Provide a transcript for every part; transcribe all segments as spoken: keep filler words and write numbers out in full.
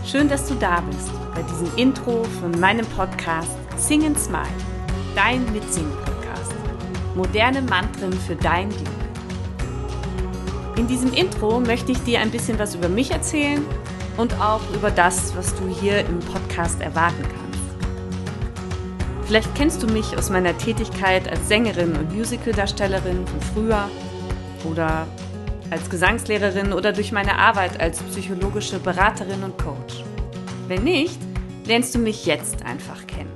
Schön, dass du da bist bei diesem Intro von meinem Podcast Sing and Smile, dein Mitsingen-Podcast. Moderne Mantren für dein Glück. In diesem Intro möchte ich dir ein bisschen was über mich erzählen und auch über das, was du hier im Podcast erwarten kannst. Vielleicht kennst du mich aus meiner Tätigkeit als Sängerin und Musicaldarstellerin von früher oder als Gesangslehrerin oder durch meine Arbeit als psychologische Beraterin und Coach. Wenn nicht, lernst du mich jetzt einfach kennen.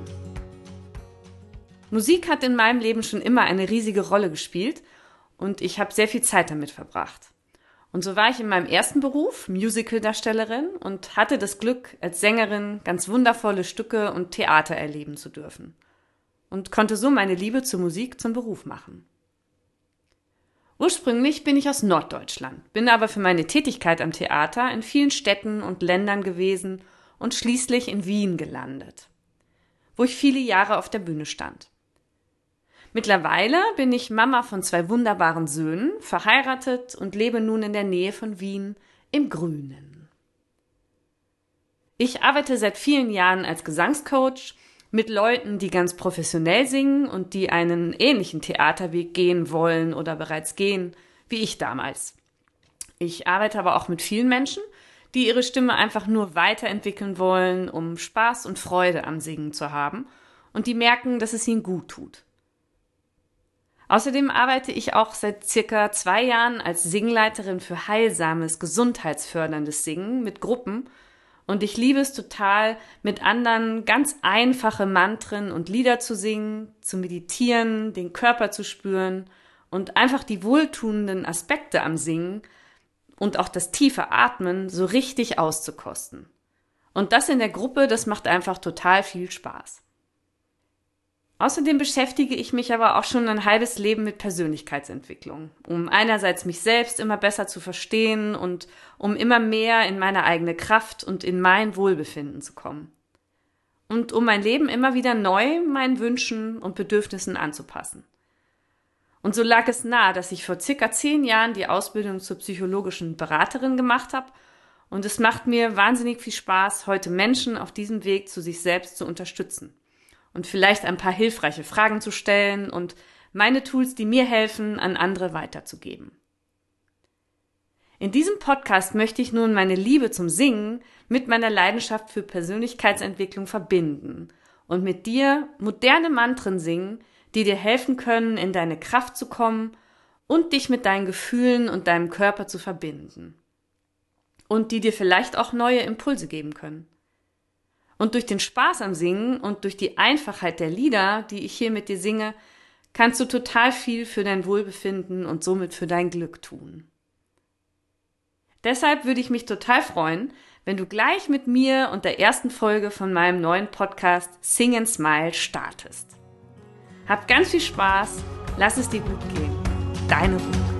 Musik hat in meinem Leben schon immer eine riesige Rolle gespielt und ich habe sehr viel Zeit damit verbracht. Und so war ich in meinem ersten Beruf Musicaldarstellerin und hatte das Glück, als Sängerin ganz wundervolle Stücke und Theater erleben zu dürfen. Und konnte so meine Liebe zur Musik zum Beruf machen. Ursprünglich bin ich aus Norddeutschland, bin aber für meine Tätigkeit am Theater in vielen Städten und Ländern gewesen und schließlich in Wien gelandet, wo ich viele Jahre auf der Bühne stand. Mittlerweile bin ich Mama von zwei wunderbaren Söhnen, verheiratet und lebe nun in der Nähe von Wien im Grünen. Ich arbeite seit vielen Jahren als Gesangscoach mit Leuten, die ganz professionell singen und die einen ähnlichen Theaterweg gehen wollen oder bereits gehen, wie ich damals. Ich arbeite aber auch mit vielen Menschen, die ihre Stimme einfach nur weiterentwickeln wollen, um Spaß und Freude am Singen zu haben und die merken, dass es ihnen gut tut. Außerdem arbeite ich auch seit circa zwei Jahren als Singleiterin für heilsames, gesundheitsförderndes Singen mit Gruppen. Und ich liebe es total, mit anderen ganz einfache Mantren und Lieder zu singen, zu meditieren, den Körper zu spüren und einfach die wohltuenden Aspekte am Singen und auch das tiefe Atmen so richtig auszukosten. Und das in der Gruppe, das macht einfach total viel Spaß. Außerdem beschäftige ich mich aber auch schon ein halbes Leben mit Persönlichkeitsentwicklung, um einerseits mich selbst immer besser zu verstehen und um immer mehr in meine eigene Kraft und in mein Wohlbefinden zu kommen. Und um mein Leben immer wieder neu meinen Wünschen und Bedürfnissen anzupassen. Und so lag es nahe, dass ich vor circa zehn Jahren die Ausbildung zur psychologischen Beraterin gemacht habe und es macht mir wahnsinnig viel Spaß, heute Menschen auf diesem Weg zu sich selbst zu unterstützen. Und vielleicht ein paar hilfreiche Fragen zu stellen und meine Tools, die mir helfen, an andere weiterzugeben. In diesem Podcast möchte ich nun meine Liebe zum Singen mit meiner Leidenschaft für Persönlichkeitsentwicklung verbinden und mit dir moderne Mantren singen, die dir helfen können, in deine Kraft zu kommen und dich mit deinen Gefühlen und deinem Körper zu verbinden. Und die dir vielleicht auch neue Impulse geben können. Und durch den Spaß am Singen und durch die Einfachheit der Lieder, die ich hier mit dir singe, kannst du total viel für dein Wohlbefinden und somit für dein Glück tun. Deshalb würde ich mich total freuen, wenn du gleich mit mir und der ersten Folge von meinem neuen Podcast Sing and Smile startest. Hab ganz viel Spaß, lass es dir gut gehen. Deine Ruth.